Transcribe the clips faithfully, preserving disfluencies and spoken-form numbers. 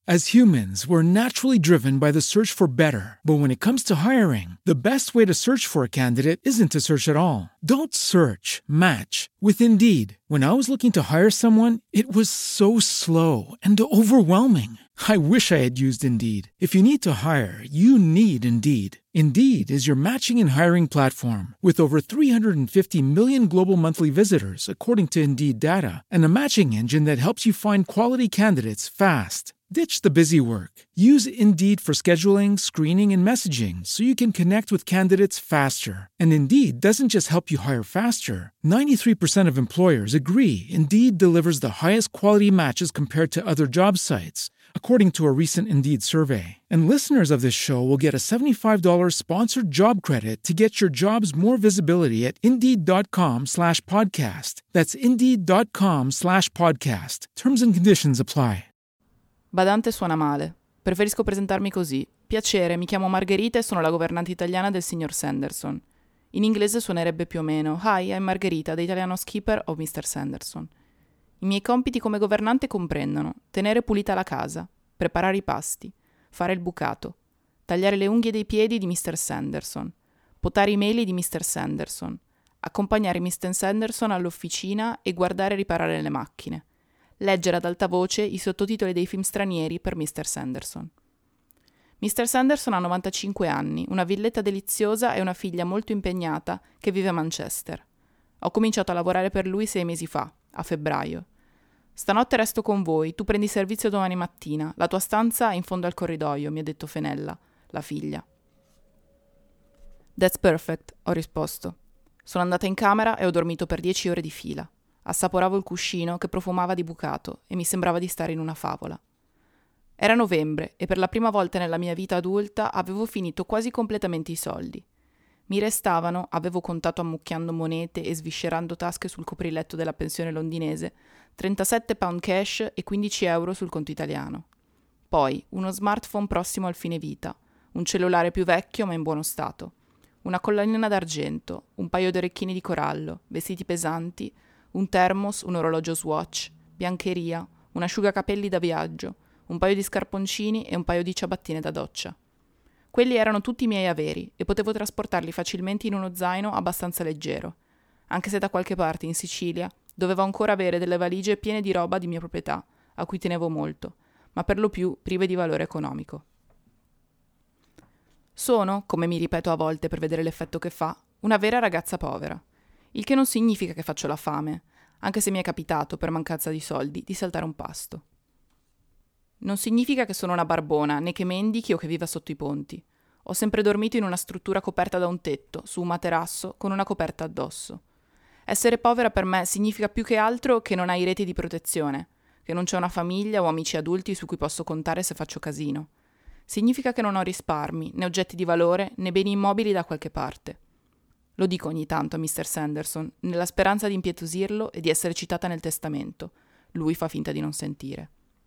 As humans, we're naturally driven by the search for better. But when it comes to hiring, the best way to search for a candidate isn't to search at all. Don't search, match with Indeed. When I was looking to hire someone, it was so slow and overwhelming. I wish I had used Indeed. If you need to hire, you need Indeed. Indeed is your matching and hiring platform with over three hundred fifty million global monthly visitors, according to Indeed data, and a matching engine that helps you find quality candidates fast. Ditch the busy work. Use Indeed for scheduling, screening, and messaging so you can connect with candidates faster. And Indeed doesn't just help you hire faster. ninety-three percent of employers agree Indeed delivers the highest quality matches compared to other job sites, according to a recent Indeed survey. And listeners of this show will get a seventy-five dollars sponsored job credit to get your jobs more visibility at Indeed.com slash podcast. That's Indeed.com slash podcast. Terms and conditions apply. Badante suona male. Preferisco presentarmi così. Piacere, mi chiamo Margherita e sono la governante italiana del signor Sanderson. In inglese suonerebbe più o meno Hi, I'm Margherita, the Italiano skipper of mister Sanderson. I miei compiti come governante comprendono tenere pulita la casa, preparare i pasti, fare il bucato, tagliare le unghie dei piedi di mister Sanderson, potare i meli di mister Sanderson, accompagnare mister Sanderson all'officina e guardare e riparare le macchine, leggere ad alta voce i sottotitoli dei film stranieri per mister Sanderson. mister Sanderson ha novantacinque anni, una villetta deliziosa e una figlia molto impegnata che vive a Manchester. Ho cominciato a lavorare per lui sei mesi fa, a febbraio. Stanotte resto con voi, tu prendi servizio domani mattina, la tua stanza è in fondo al corridoio, mi ha detto Fenella, la figlia. That's perfect, ho risposto. Sono andata in camera e ho dormito per dieci ore di fila. Assaporavo il cuscino che profumava di bucato e mi sembrava di stare in una favola. Era novembre e per la prima volta nella mia vita adulta avevo finito quasi completamente i soldi. Mi restavano, avevo contato ammucchiando monete e sviscerando tasche sul copriletto della pensione londinese, trentasette pound cash e quindici euro sul conto italiano. Poi uno smartphone prossimo al fine vita, un cellulare più vecchio ma in buono stato, una collanina d'argento, un paio di orecchini di corallo, vestiti pesanti, un thermos, un orologio Swatch, biancheria, un asciugacapelli da viaggio, un paio di scarponcini e un paio di ciabattine da doccia. Quelli erano tutti i miei averi e potevo trasportarli facilmente in uno zaino abbastanza leggero, anche se da qualche parte in Sicilia dovevo ancora avere delle valigie piene di roba di mia proprietà, a cui tenevo molto, ma per lo più prive di valore economico. Sono, come mi ripeto a volte per vedere l'effetto che fa, una vera ragazza povera. Il che non significa che faccio la fame, anche se mi è capitato, per mancanza di soldi, di saltare un pasto. Non significa che sono una barbona, né che mendichi o che viva sotto i ponti. Ho sempre dormito in una struttura coperta da un tetto, su un materasso, con una coperta addosso. Essere povera per me significa più che altro che non hai reti di protezione, che non c'è una famiglia o amici adulti su cui posso contare se faccio casino. Significa che non ho risparmi, né oggetti di valore, né beni immobili da qualche parte. Lo dico ogni tanto a mister Sanderson, nella speranza di impietosirlo e di essere citata nel testamento. Lui fa finta di non sentire.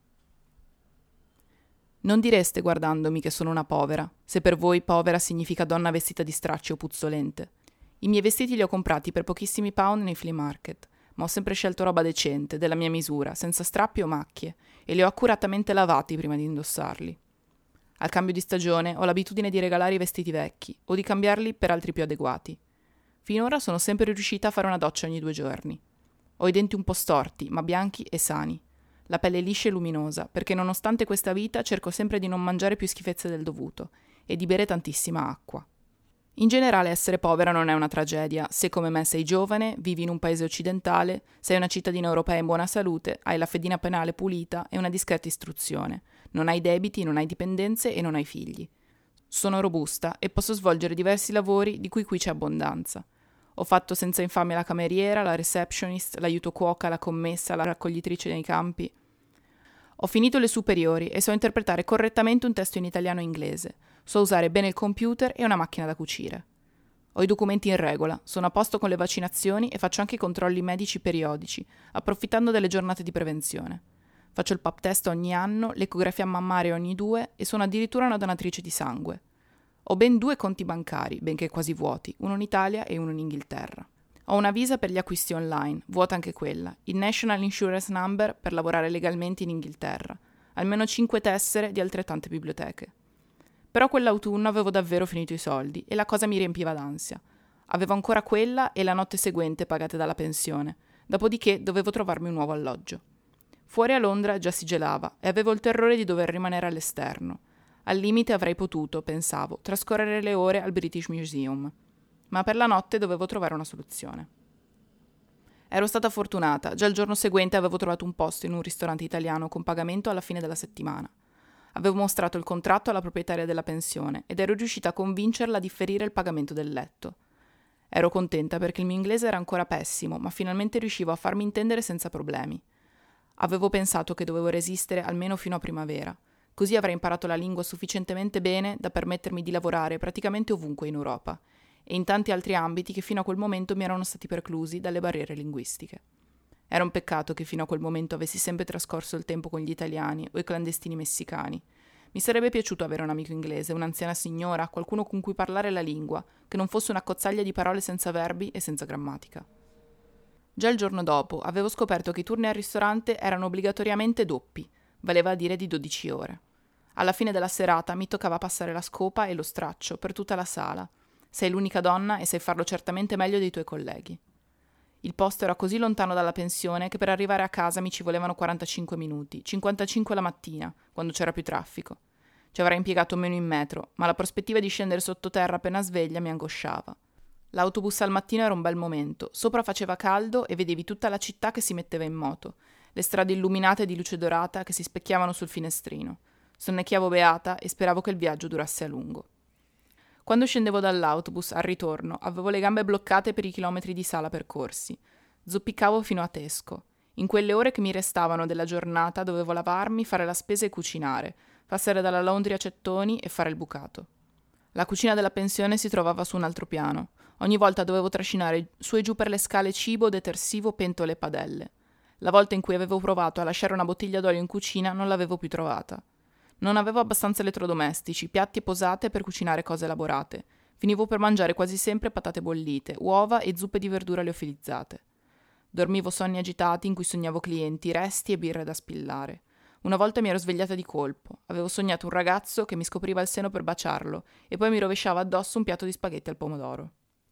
Non direste guardandomi che sono una povera, se per voi povera significa donna vestita di stracci o puzzolente. I miei vestiti li ho comprati per pochissimi pound nei flea market, ma ho sempre scelto roba decente, della mia misura, senza strappi o macchie, e li ho accuratamente lavati prima di indossarli. Al cambio di stagione ho l'abitudine di regalare i vestiti vecchi, o di cambiarli per altri più adeguati. Finora sono sempre riuscita a fare una doccia ogni due giorni. Ho i denti un po' storti, ma bianchi e sani. La pelle liscia e luminosa, perché nonostante questa vita cerco sempre di non mangiare più schifezze del dovuto e di bere tantissima acqua. In generale essere povera non è una tragedia, se come me sei giovane, vivi in un paese occidentale, sei una cittadina europea in buona salute, hai la fedina penale pulita e una discreta istruzione, non hai debiti, non hai dipendenze e non hai figli. Sono robusta e posso svolgere diversi lavori di cui qui c'è abbondanza. Ho fatto senza infamia la cameriera, la receptionist, l'aiuto cuoca, la commessa, la raccoglitrice nei campi. Ho finito le superiori e so interpretare correttamente un testo in italiano e inglese. So usare bene il computer e una macchina da cucire. Ho i documenti in regola, sono a posto con le vaccinazioni e faccio anche i controlli medici periodici, approfittando delle giornate di prevenzione. Faccio il pap test ogni anno, l'ecografia mammaria ogni due e sono addirittura una donatrice di sangue. Ho ben due conti bancari, benché quasi vuoti, uno in Italia e uno in Inghilterra. Ho una visa per gli acquisti online, vuota anche quella, il National Insurance Number per lavorare legalmente in Inghilterra. almeno cinque tessere di altrettante biblioteche. Però quell'autunno avevo davvero finito i soldi e la cosa mi riempiva d'ansia. Avevo ancora quella e la notte seguente pagate dalla pensione, dopodiché dovevo trovarmi un nuovo alloggio. Fuori a Londra già si gelava e avevo il terrore di dover rimanere all'esterno. Al limite avrei potuto, pensavo, trascorrere le ore al British Museum. Ma per la notte dovevo trovare una soluzione. Ero stata fortunata, già il giorno seguente avevo trovato un posto in un ristorante italiano con pagamento alla fine della settimana. Avevo mostrato il contratto alla proprietaria della pensione ed ero riuscita a convincerla a differire il pagamento del letto. Ero contenta perché il mio inglese era ancora pessimo, ma finalmente riuscivo a farmi intendere senza problemi. Avevo pensato che dovevo resistere almeno fino a primavera, così avrei imparato la lingua sufficientemente bene da permettermi di lavorare praticamente ovunque in Europa e in tanti altri ambiti che fino a quel momento mi erano stati preclusi dalle barriere linguistiche. Era un peccato che fino a quel momento avessi sempre trascorso il tempo con gli italiani o i clandestini messicani. Mi sarebbe piaciuto avere un amico inglese, un'anziana signora, qualcuno con cui parlare la lingua, che non fosse una cozzaglia di parole senza verbi e senza grammatica. Già il giorno dopo avevo scoperto che i turni al ristorante erano obbligatoriamente doppi, valeva a dire di dodici ore. Alla fine della serata mi toccava passare la scopa e lo straccio per tutta la sala. Sei l'unica donna e sai farlo certamente meglio dei tuoi colleghi. Il posto era così lontano dalla pensione che per arrivare a casa mi ci volevano quarantacinque minuti, cinquantacinque la mattina, quando c'era più traffico. Ci avrei impiegato meno in metro, ma la prospettiva di scendere sottoterra appena sveglia mi angosciava. L'autobus al mattino era un bel momento, sopra faceva caldo e vedevi tutta la città che si metteva in moto, le strade illuminate di luce dorata che si specchiavano sul finestrino. Sonnecchiavo beata e speravo che il viaggio durasse a lungo. Quando scendevo dall'autobus, al ritorno, avevo le gambe bloccate per i chilometri di sala percorsi. Zoppicavo fino a Tesco. In quelle ore che mi restavano della giornata dovevo lavarmi, fare la spesa e cucinare, passare dalla laundry a cettoni e fare il bucato. La cucina della pensione si trovava su un altro piano. Ogni volta dovevo trascinare su e giù per le scale cibo, detersivo, pentole e padelle. La volta in cui avevo provato a lasciare una bottiglia d'olio in cucina non l'avevo più trovata. Non avevo abbastanza elettrodomestici, piatti e posate per cucinare cose elaborate. Finivo per mangiare quasi sempre patate bollite, uova e zuppe di verdura liofilizzate. Dormivo sonni agitati in cui sognavo clienti, resti e birre da spillare. Una volta mi ero svegliata di colpo. Avevo sognato un ragazzo che mi scopriva il seno per baciarlo e poi mi rovesciava addosso un piatto di spaghetti al pomodoro.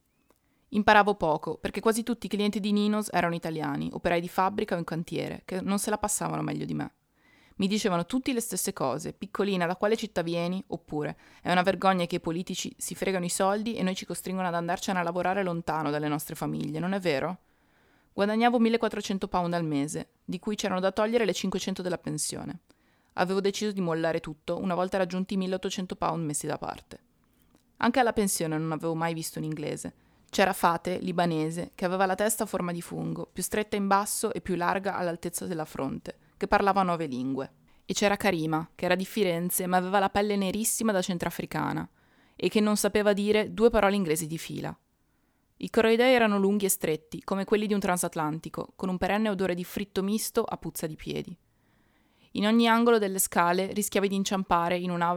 Imparavo poco, perché quasi tutti i clienti di Nino's erano italiani, operai di fabbrica o in cantiere, che non se la passavano meglio di me. Mi dicevano tutti le stesse cose, piccolina, da quale città vieni? Oppure, è una vergogna che i politici si fregano i soldi e noi ci costringono ad andarcene a lavorare lontano dalle nostre famiglie, non è vero? Guadagnavo millequattrocento pound al mese, di cui c'erano da togliere le cinquecento della pensione. Avevo deciso di mollare tutto una volta raggiunti i milleottocento pound messi da parte. Anche alla pensione non avevo mai visto un inglese. C'era Fate, libanese, che aveva la testa a forma di fungo, più stretta in basso e più larga all'altezza della fronte, che parlava nove lingue. E c'era Karima, che era di Firenze ma aveva la pelle nerissima da centrafricana e che non sapeva dire due parole inglesi di fila. I corridoi erano lunghi e stretti, come quelli di un transatlantico, con un perenne odore di fritto misto a puzza di piedi. In ogni angolo delle scale rischiavi di inciampare in una...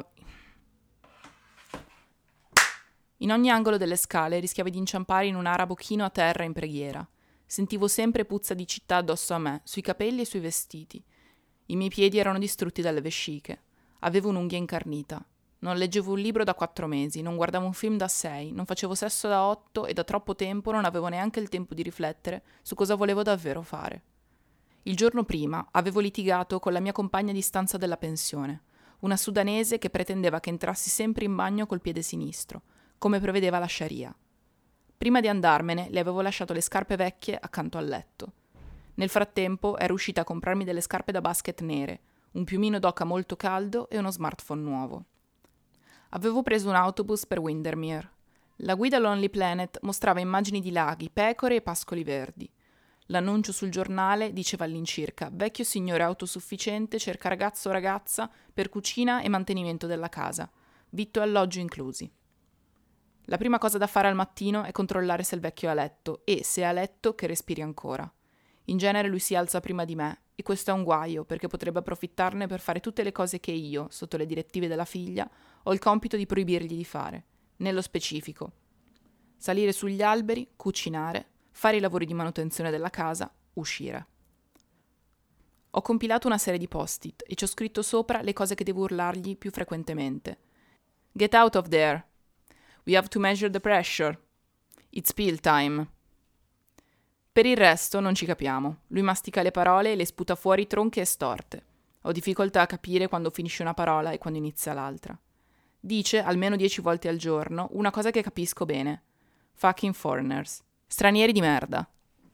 In ogni angolo delle scale rischiavi di inciampare in un arabo chino a terra in preghiera. Sentivo sempre puzza di città addosso a me, sui capelli e sui vestiti. I miei piedi erano distrutti dalle vesciche. Avevo un'unghia incarnita. Non leggevo un libro da quattro mesi, non guardavo un film da sei, non facevo sesso da otto e da troppo tempo non avevo neanche il tempo di riflettere su cosa volevo davvero fare. Il giorno prima avevo litigato con la mia compagna di stanza della pensione, una sudanese che pretendeva che entrassi sempre in bagno col piede sinistro, come prevedeva la Sharia. Prima di andarmene le avevo lasciato le scarpe vecchie accanto al letto. Nel frattempo ero uscita a comprarmi delle scarpe da basket nere, un piumino d'oca molto caldo e uno smartphone nuovo. Avevo preso un autobus per Windermere. La guida Lonely Planet mostrava immagini di laghi, pecore e pascoli verdi. L'annuncio sul giornale diceva all'incirca: vecchio signore autosufficiente cerca ragazzo o ragazza per cucina e mantenimento della casa, vitto e alloggio inclusi. La prima cosa da fare al mattino è controllare se il vecchio è a letto e, se è a letto, che respiri ancora. In genere lui si alza prima di me e questo è un guaio perché potrebbe approfittarne per fare tutte le cose che io, sotto le direttive della figlia, ho il compito di proibirgli di fare. Nello specifico: salire sugli alberi, cucinare, fare i lavori di manutenzione della casa, uscire. Ho compilato una serie di post-it e ci ho scritto sopra le cose che devo urlargli più frequentemente. Get out of there. We have to measure the pressure. It's pill time. Per il resto non ci capiamo. Lui mastica le parole e le sputa fuori tronche e storte. Ho difficoltà a capire quando finisce una parola e quando inizia l'altra. Dice, almeno dieci volte al giorno, una cosa che capisco bene. Fucking foreigners. Stranieri di merda.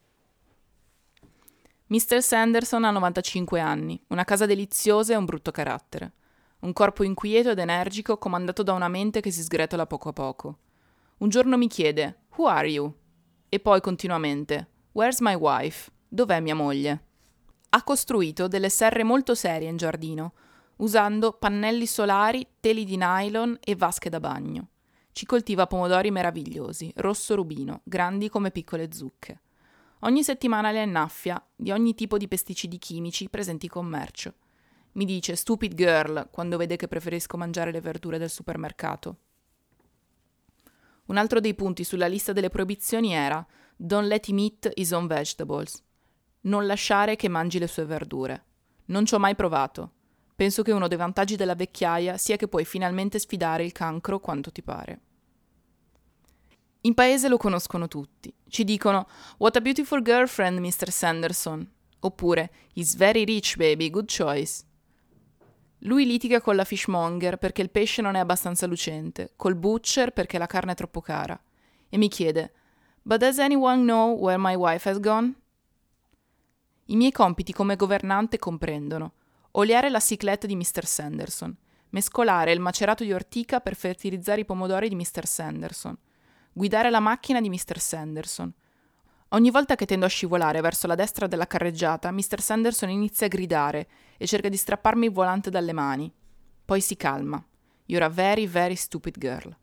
mister Sanderson ha novantacinque anni, una casa deliziosa e un brutto carattere. Un corpo inquieto ed energico comandato da una mente che si sgretola poco a poco. Un giorno mi chiede, Who are you? E poi continuamente, Where's my wife? Dov'è mia moglie? Ha costruito delle serre molto serie in giardino, usando pannelli solari, teli di nylon e vasche da bagno. Ci coltiva pomodori meravigliosi, rosso rubino, grandi come piccole zucche. Ogni settimana le innaffia di ogni tipo di pesticidi chimici presenti in commercio. Mi dice stupid girl quando vede che preferisco mangiare le verdure del supermercato. Un altro dei punti sulla lista delle proibizioni era Don't let him eat his own vegetables. Non lasciare che mangi le sue verdure. Non ci ho mai provato. Penso che uno dei vantaggi della vecchiaia sia che puoi finalmente sfidare il cancro quanto ti pare. In paese lo conoscono tutti. Ci dicono What a beautiful girlfriend, mister Sanderson. Oppure He's very rich, baby, good choice. Lui litiga con la fishmonger perché il pesce non è abbastanza lucente, col butcher perché la carne è troppo cara. E mi chiede But does anyone know where my wife has gone? I miei compiti come governante comprendono oliare la ciclette di mister Sanderson, mescolare il macerato di ortica per fertilizzare i pomodori di mister Sanderson, guidare la macchina di mister Sanderson. Ogni volta che tendo a scivolare verso la destra della carreggiata, mister Sanderson inizia a gridare e cerca di strapparmi il volante dalle mani. Poi si calma. You're a very, very stupid girl.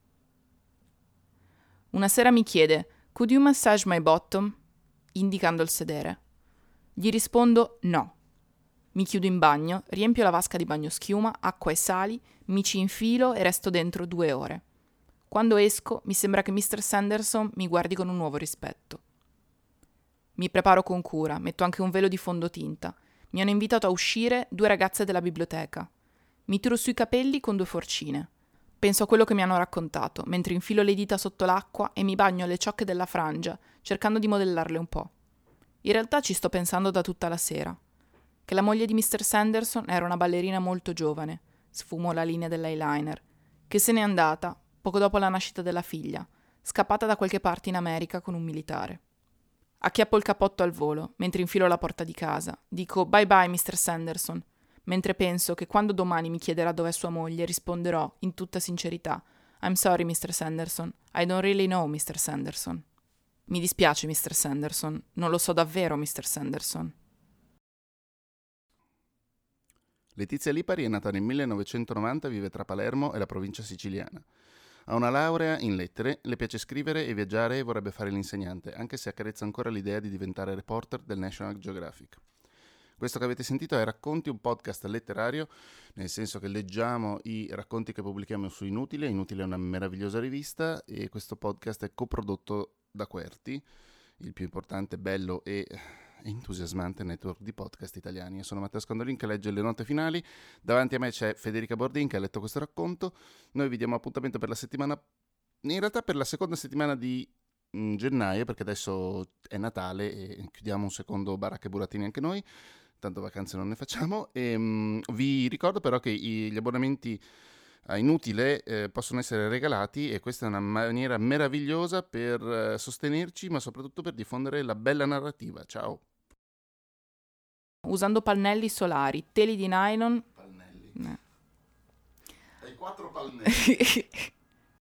Una sera mi chiede Could you massage my bottom? Indicando il sedere. Gli rispondo no. Mi chiudo in bagno, riempio la vasca di bagnoschiuma, acqua e sali, mi ci infilo e resto dentro due ore. Quando esco, mi sembra che mister Sanderson mi guardi con un nuovo rispetto. Mi preparo con cura, metto anche un velo di fondotinta. Mi hanno invitato a uscire due ragazze della biblioteca. Mi tiro sui capelli con due forcine. Penso a quello che mi hanno raccontato, mentre infilo le dita sotto l'acqua e mi bagno le ciocche della frangia, cercando di modellarle un po'. In realtà ci sto pensando da tutta la sera. Che la moglie di mister Sanderson era una ballerina molto giovane, sfumo la linea dell'eyeliner, che se n'è andata poco dopo la nascita della figlia, scappata da qualche parte in America con un militare. Acchiappo il cappotto al volo, mentre infilo la porta di casa. Dico bye bye mister Sanderson, mentre penso che quando domani mi chiederà dov'è sua moglie risponderò in tutta sincerità I'm sorry mister Sanderson, I don't really know mister Sanderson. Mi dispiace mister Sanderson, non lo so davvero mister Sanderson. Letizia Lipari è nata nel millenovecentonovanta, vive tra Palermo e la provincia siciliana. Ha una laurea in lettere, le piace scrivere e viaggiare e vorrebbe fare l'insegnante, anche se accarezza ancora l'idea di diventare reporter del National Geographic. Questo che avete sentito è Racconti, un podcast letterario, nel senso che leggiamo i racconti che pubblichiamo su Inutile. Inutile è una meravigliosa rivista e questo podcast è coprodotto da Querti, il più importante, bello e entusiasmante network di podcast italiani. Io sono Matteo Scandolin che legge le note finali. Davanti a me c'è Federica Bordin che ha letto questo racconto. Noi vi diamo appuntamento per la settimana, in realtà per la seconda settimana di mh, gennaio, perché adesso è Natale e chiudiamo un secondo Baracca e Burattini anche noi, tanto vacanze non ne facciamo. E, mh, vi ricordo però che i, gli abbonamenti a Inutile eh, possono essere regalati e questa è una maniera meravigliosa per eh, sostenerci, ma soprattutto per diffondere la bella narrativa. Ciao! Usando pannelli solari, teli di nylon. Pannelli. Eh. Hai quattro pannelli.